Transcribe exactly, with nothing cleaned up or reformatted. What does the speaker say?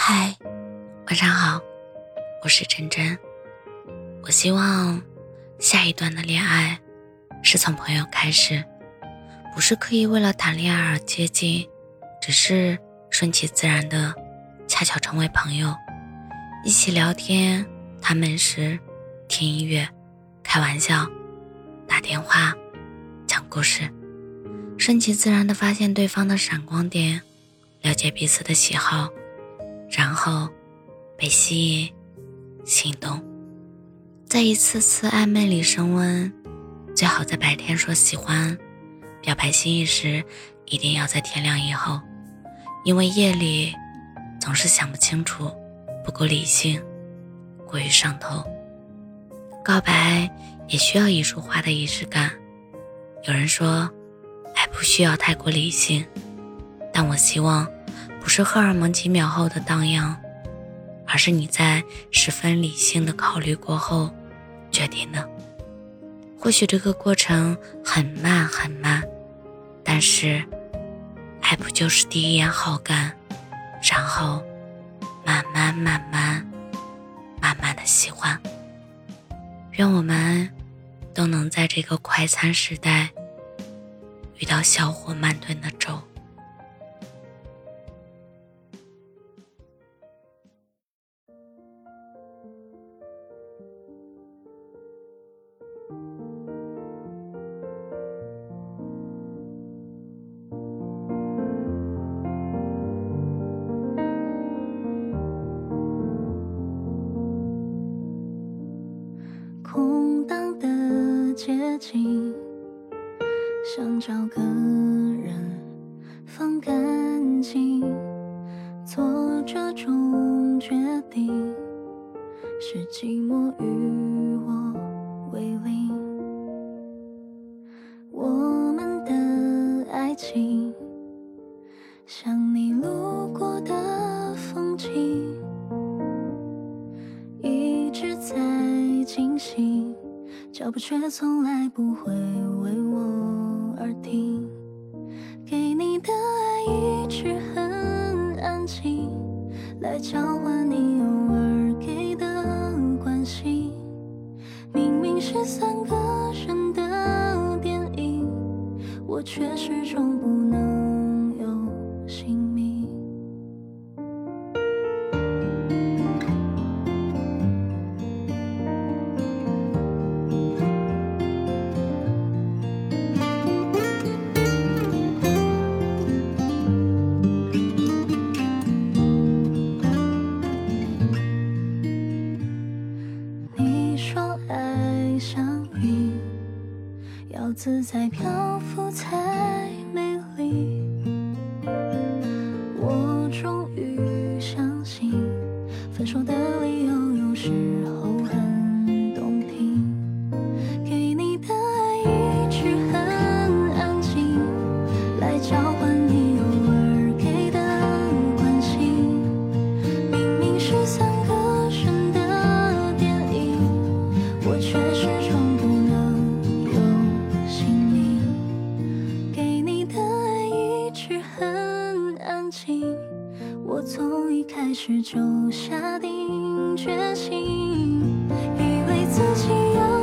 嗨，晚上好，我是真真。我希望下一段的恋爱是从朋友开始，不是刻意为了谈恋爱而接近，只是顺其自然的恰巧成为朋友，一起聊天、谈美食、听音乐、开玩笑、打电话、讲故事，顺其自然地发现对方的闪光点，了解彼此的喜好，然后被吸引、心动，在一次次暧昧里升温。最好在白天说喜欢，表白心意时一定要在天亮以后，因为夜里总是想不清楚，不够理性，过于上头。告白也需要一束花的仪式感。有人说爱不需要太过理性，但我希望不是荷尔蒙几秒后的荡漾，而是你在十分理性的考虑过后决定的。或许这个过程很慢很慢，但是爱不就是第一眼好感，然后慢慢慢慢慢慢的喜欢。愿我们都能在这个快餐时代遇到小火慢炖的粥。 空荡的街景，想找个人放干净，做这种决定，是寂寞与我为邻。我们的爱情像你路过的风景，一直在进行，脚步却从来不会为我而停。给你的爱一直很安静，来交换你偶尔给的关心。明明是三个人的电影，我却始终不能有姓名。要自在漂浮才美丽，我终于相信分手的理由有时候很动听。给你的爱一直很安静，来交换你偶尔给的关心。明明是三个人的电影，我却始终不能我从一开始就下定决心，以为自己有